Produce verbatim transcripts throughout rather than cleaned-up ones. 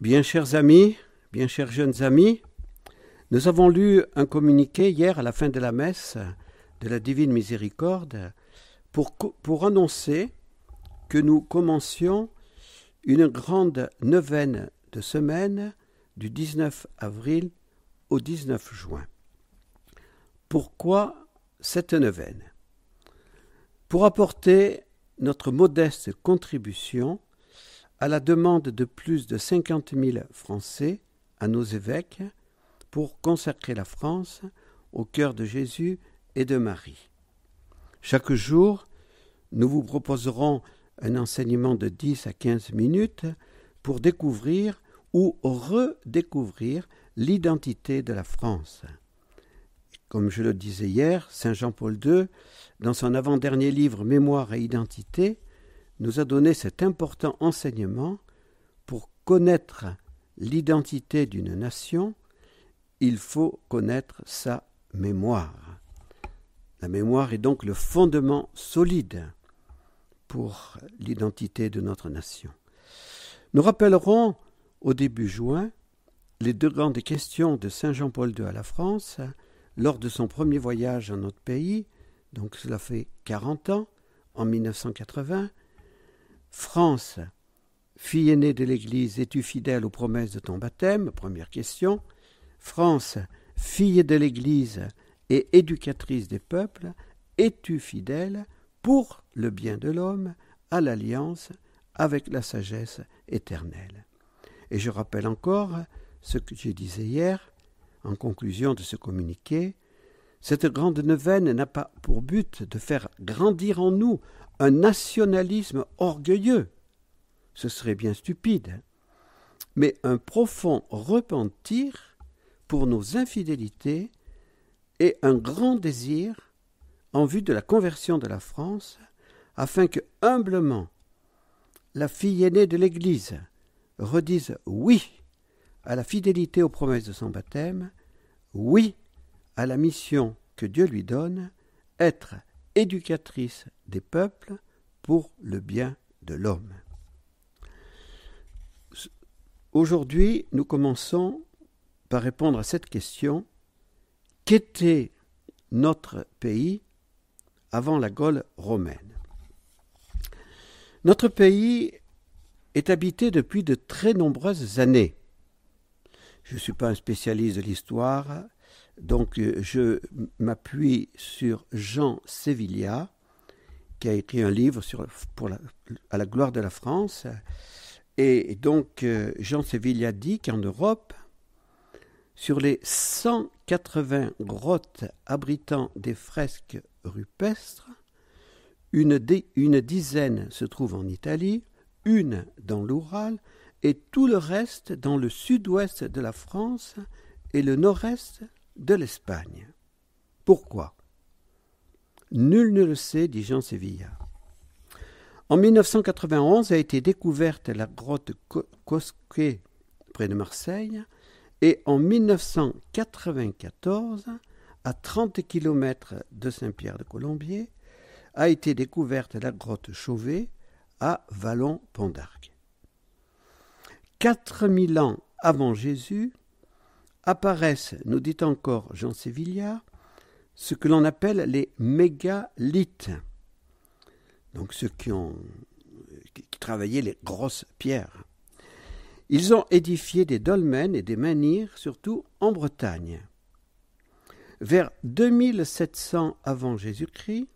Bien chers amis, bien chers jeunes amis, nous avons lu un communiqué hier à la fin de la messe de la Divine Miséricorde pour, pour annoncer que nous commencions une grande neuvaine de semaine du dix-neuf avril au dix-neuf juin. Pourquoi cette neuvaine ? Pour apporter notre modeste contribution à la demande de plus de cinquante mille Français à nos évêques pour consacrer la France au cœur de Jésus et de Marie. Chaque jour, nous vous proposerons un enseignement de dix à quinze minutes pour découvrir ou redécouvrir l'identité de la France. Comme je le disais hier, Saint Jean-Paul deux, dans son avant-dernier livre « Mémoire et identité », nous a donné cet important enseignement. Pour connaître l'identité d'une nation, il faut connaître sa mémoire. La mémoire est donc le fondement solide pour l'identité de notre nation. Nous rappellerons au début juin les deux grandes questions de Saint Jean-Paul deux à la France lors de son premier voyage en notre pays, donc cela fait quarante ans, en mille neuf cent quatre-vingts. France, fille aînée de l'Église, es-tu fidèle aux promesses de ton baptême ? Première question. France, fille de l'Église et éducatrice des peuples, es-tu fidèle pour le bien de l'homme à l'alliance avec la sagesse éternelle ? Et je rappelle encore ce que je disais hier, en conclusion de ce communiqué. Cette grande neuvaine n'a pas pour but de faire grandir en nous un nationalisme orgueilleux, ce serait bien stupide, mais un profond repentir pour nos infidélités et un grand désir en vue de la conversion de la France, afin que, humblement, la fille aînée de l'Église redise oui à la fidélité aux promesses de son baptême, oui à la mission que Dieu lui donne, être éducatrice des peuples pour le bien de l'homme. Aujourd'hui, nous commençons par répondre à cette question. Qu'était notre pays avant la Gaule romaine ? Notre pays est habité depuis de très nombreuses années. Je ne suis pas un spécialiste de l'histoire, donc je m'appuie sur Jean Sévillia, qui a écrit un livre sur, pour la, à la gloire de la France. Et donc Jean Sévillia dit qu'en Europe, sur les cent quatre-vingts grottes abritant des fresques rupestres, une, di- une dizaine se trouvent en Italie, une dans l'Oural, et tout le reste dans le sud-ouest de la France et le nord-est de l'Espagne. Pourquoi ? Nul ne le sait, dit Jean Sévillia. En mille neuf cent quatre-vingt-onze a été découverte la grotte Cosquet près de Marseille, et en mille neuf cent quatre-vingt-quatorze, à trente kilomètres de Saint-Pierre-de-Colombier, a été découverte la grotte Chauvet à Vallon-Pont d'Arc. Quatre mille ans avant Jésus, apparaissent, nous dit encore Jean Sévillia, ce que l'on appelle les mégalithes, donc ceux qui ont qui travaillaient les grosses pierres. Ils ont édifié des dolmens et des menhirs, surtout en Bretagne. Vers deux mille sept cents avant Jésus-Christ,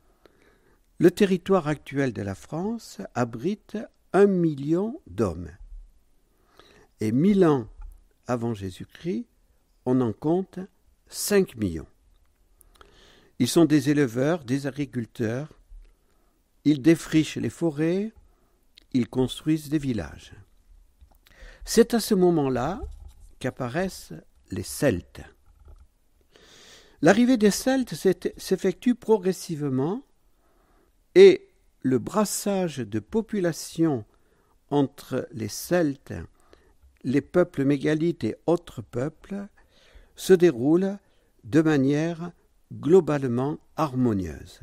le territoire actuel de la France abrite un million d'hommes. Et mille ans avant Jésus-Christ, on en compte cinq millions. Ils sont des éleveurs, des agriculteurs, ils défrichent les forêts, ils construisent des villages. C'est à ce moment-là qu'apparaissent les Celtes. L'arrivée des Celtes s'effectue progressivement et le brassage de population entre les Celtes, les peuples mégalithes et autres peuples se déroule de manière globalement harmonieuse.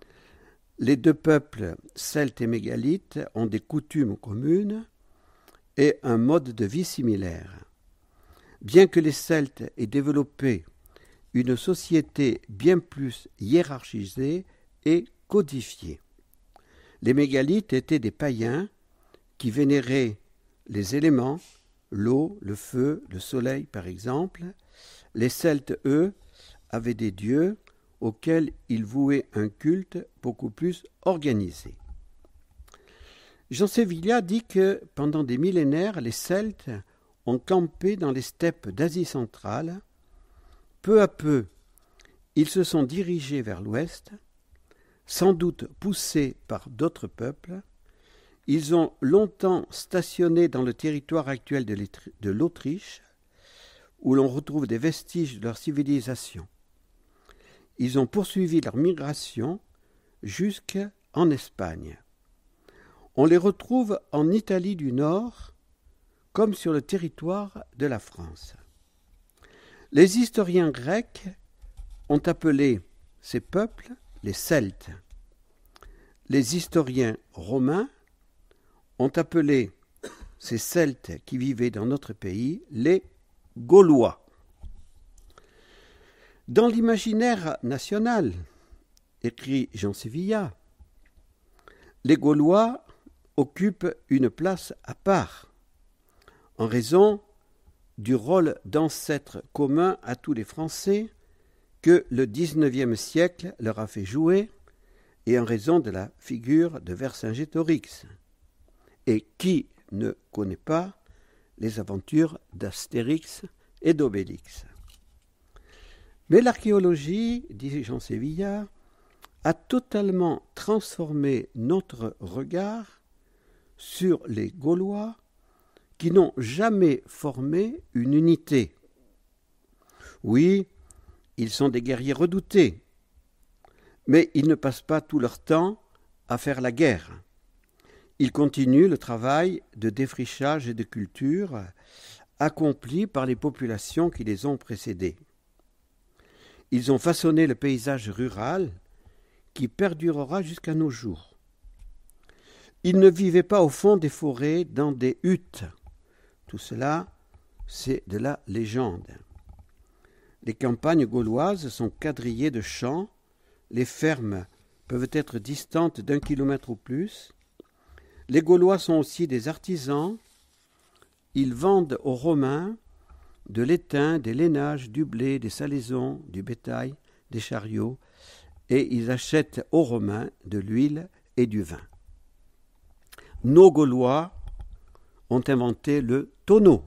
Les deux peuples, celtes et mégalithes, ont des coutumes communes et un mode de vie similaire. Bien que les Celtes aient développé une société bien plus hiérarchisée et codifiée. Les mégalithes étaient des païens qui vénéraient les éléments, l'eau, le feu, le soleil par exemple. Les Celtes, eux, avaient des dieux auxquels ils vouaient un culte beaucoup plus organisé. Jean Sévillia dit que pendant des millénaires, les Celtes ont campé dans les steppes d'Asie centrale. Peu à peu, ils se sont dirigés vers l'ouest, sans doute poussés par d'autres peuples. Ils ont longtemps stationné dans le territoire actuel de l'Autriche, où l'on retrouve des vestiges de leur civilisation. Ils ont poursuivi leur migration jusqu'en Espagne. On les retrouve en Italie du Nord, comme sur le territoire de la France. Les historiens grecs ont appelé ces peuples les Celtes. Les historiens romains ont appelé ces Celtes qui vivaient dans notre pays les Gaulois. Dans l'imaginaire national, écrit Jean Sévillia, les Gaulois occupent une place à part, en raison du rôle d'ancêtre commun à tous les Français que le dix-neuvième siècle leur a fait jouer et en raison de la figure de Vercingétorix. Et qui ne connaît pas les aventures d'Astérix et d'Obélix? Mais l'archéologie, dit Jean Sévillia, a totalement transformé notre regard sur les Gaulois qui n'ont jamais formé une unité. Oui, ils sont des guerriers redoutés, mais ils ne passent pas tout leur temps à faire la guerre. Ils continuent le travail de défrichage et de culture accompli par les populations qui les ont précédés. Ils ont façonné le paysage rural qui perdurera jusqu'à nos jours. Ils ne vivaient pas au fond des forêts dans des huttes. Tout cela, c'est de la légende. Les campagnes gauloises sont quadrillées de champs, les fermes peuvent être distantes d'un kilomètre ou plus. Les Gaulois sont aussi des artisans. Ils vendent aux Romains de l'étain, des lainages, du blé, des salaisons, du bétail, des chariots, et ils achètent aux Romains de l'huile et du vin. Nos Gaulois ont inventé le tonneau.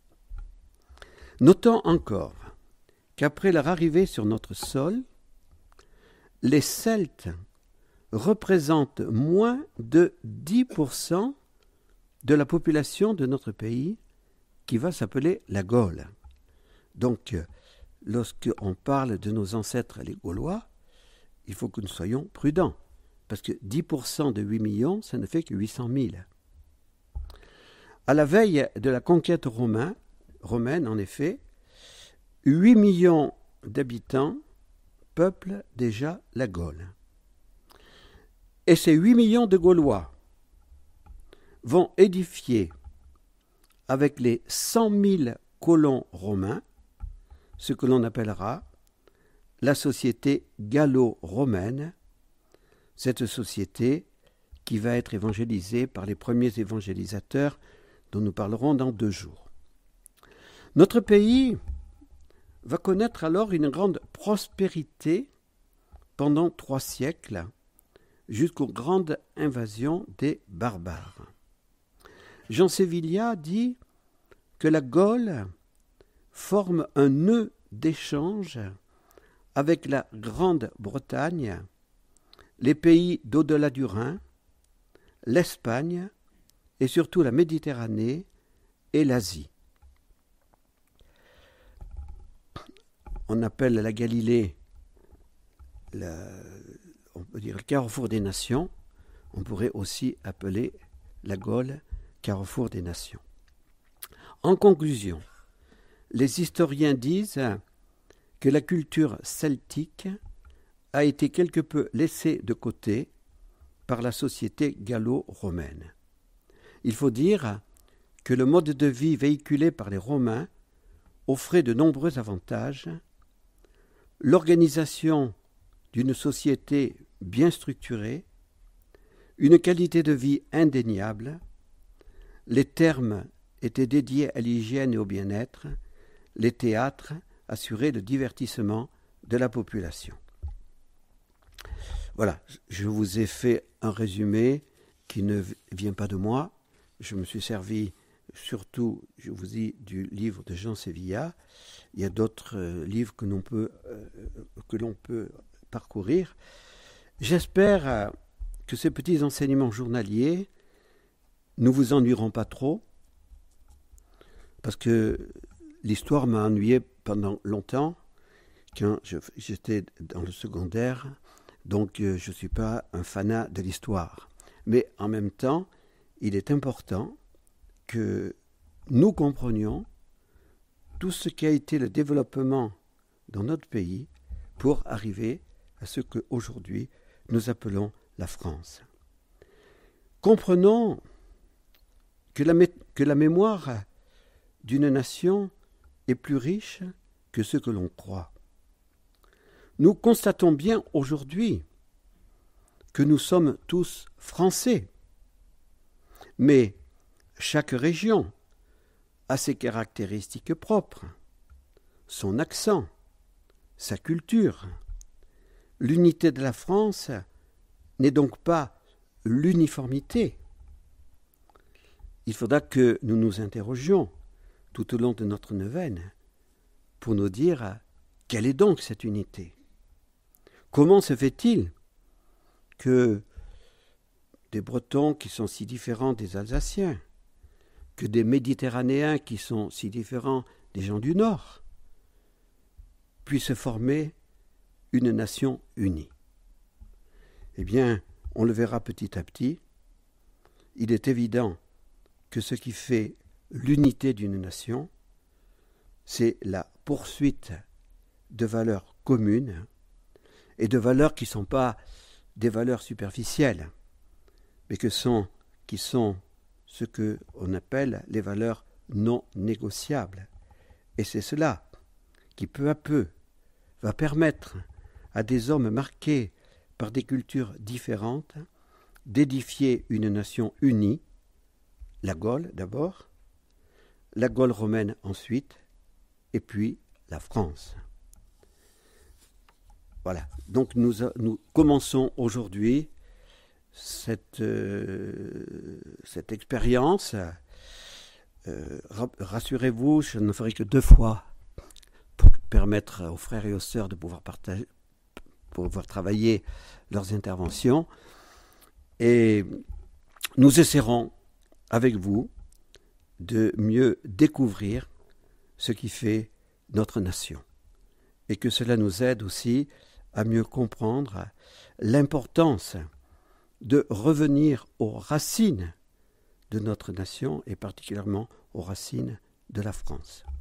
Notons encore qu'après leur arrivée sur notre sol, les Celtes représentent moins de dix pour cent de la population de notre pays qui va s'appeler la Gaule. Donc, lorsqu'on parle de nos ancêtres les Gaulois, il faut que nous soyons prudents, parce que dix pour cent de huit millions, ça ne fait que huit cent mille. À la veille de la conquête romaine, romaine en effet, huit millions d'habitants peuplent déjà la Gaule. Et ces huit millions de Gaulois vont édifier avec les cent mille colons romains ce que l'on appellera la société gallo-romaine, cette société qui va être évangélisée par les premiers évangélisateurs dont nous parlerons dans deux jours. Notre pays va connaître alors une grande prospérité pendant trois siècles, jusqu'aux grandes invasions des barbares. Jean Sévillia dit que la Gaule forme un nœud d'échange avec la Grande-Bretagne, les pays d'au-delà du Rhin, l'Espagne et surtout la Méditerranée et l'Asie. On appelle la Galilée la, on peut dire le carrefour des nations. On pourrait aussi appeler la Gaule carrefour des nations. En conclusion, les historiens disent que la culture celtique a été quelque peu laissée de côté par la société gallo-romaine. Il faut dire que le mode de vie véhiculé par les Romains offrait de nombreux avantages, l'organisation d'une société bien structurée, une qualité de vie indéniable, les thermes étaient dédiés à l'hygiène et au bien-être, les théâtres assuraient le divertissement de la population. Voilà, je vous ai fait un résumé qui ne vient pas de moi. Je me suis servi surtout, je vous dis, du livre de Jean Sévilla. Il y a d'autres euh, livres que l'on peut, euh, que l'on peut parcourir. J'espère euh, que ces petits enseignements journaliers ne vous ennuieront pas trop, parce que l'histoire m'a ennuyé pendant longtemps, quand je, j'étais dans le secondaire, donc euh, je ne suis pas un fanat de l'histoire. Mais en même temps, il est important que nous comprenions tout ce qui a été le développement dans notre pays pour arriver à ce qu'aujourd'hui nous appelons la France. Comprenons que la, mé- que la mémoire d'une nation est plus riche que ce que l'on croit. Nous constatons bien aujourd'hui que nous sommes tous Français, mais chaque région a ses caractéristiques propres, son accent, sa culture. L'unité de la France n'est donc pas l'uniformité. Il faudra que nous nous interrogions tout au long de notre neuvaine pour nous dire quelle est donc cette unité. Comment se fait-il que des Bretons qui sont si différents des Alsaciens, que des Méditerranéens qui sont si différents des gens du Nord, puissent former une nation unie? Eh bien, on le verra petit à petit. Il est évident que ce qui fait l'unité d'une nation, c'est la poursuite de valeurs communes et de valeurs qui ne sont pas des valeurs superficielles, mais que sont, qui sont ce qu'on appelle les valeurs non négociables. Et c'est cela qui, peu à peu, va permettre à des hommes marqués par des cultures différentes d'édifier une nation unie, la Gaule d'abord, la Gaule romaine ensuite, et puis la France. Voilà, donc nous, nous commençons aujourd'hui cette, euh, cette expérience. Euh, rassurez-vous, je ne ferai que deux fois pour permettre aux frères et aux sœurs de pouvoir partager, pour pouvoir travailler leurs interventions. Et nous essaierons avec vous de mieux découvrir ce qui fait notre nation. Et que cela nous aide aussi à mieux comprendre l'importance de revenir aux racines de notre nation et particulièrement aux racines de la France.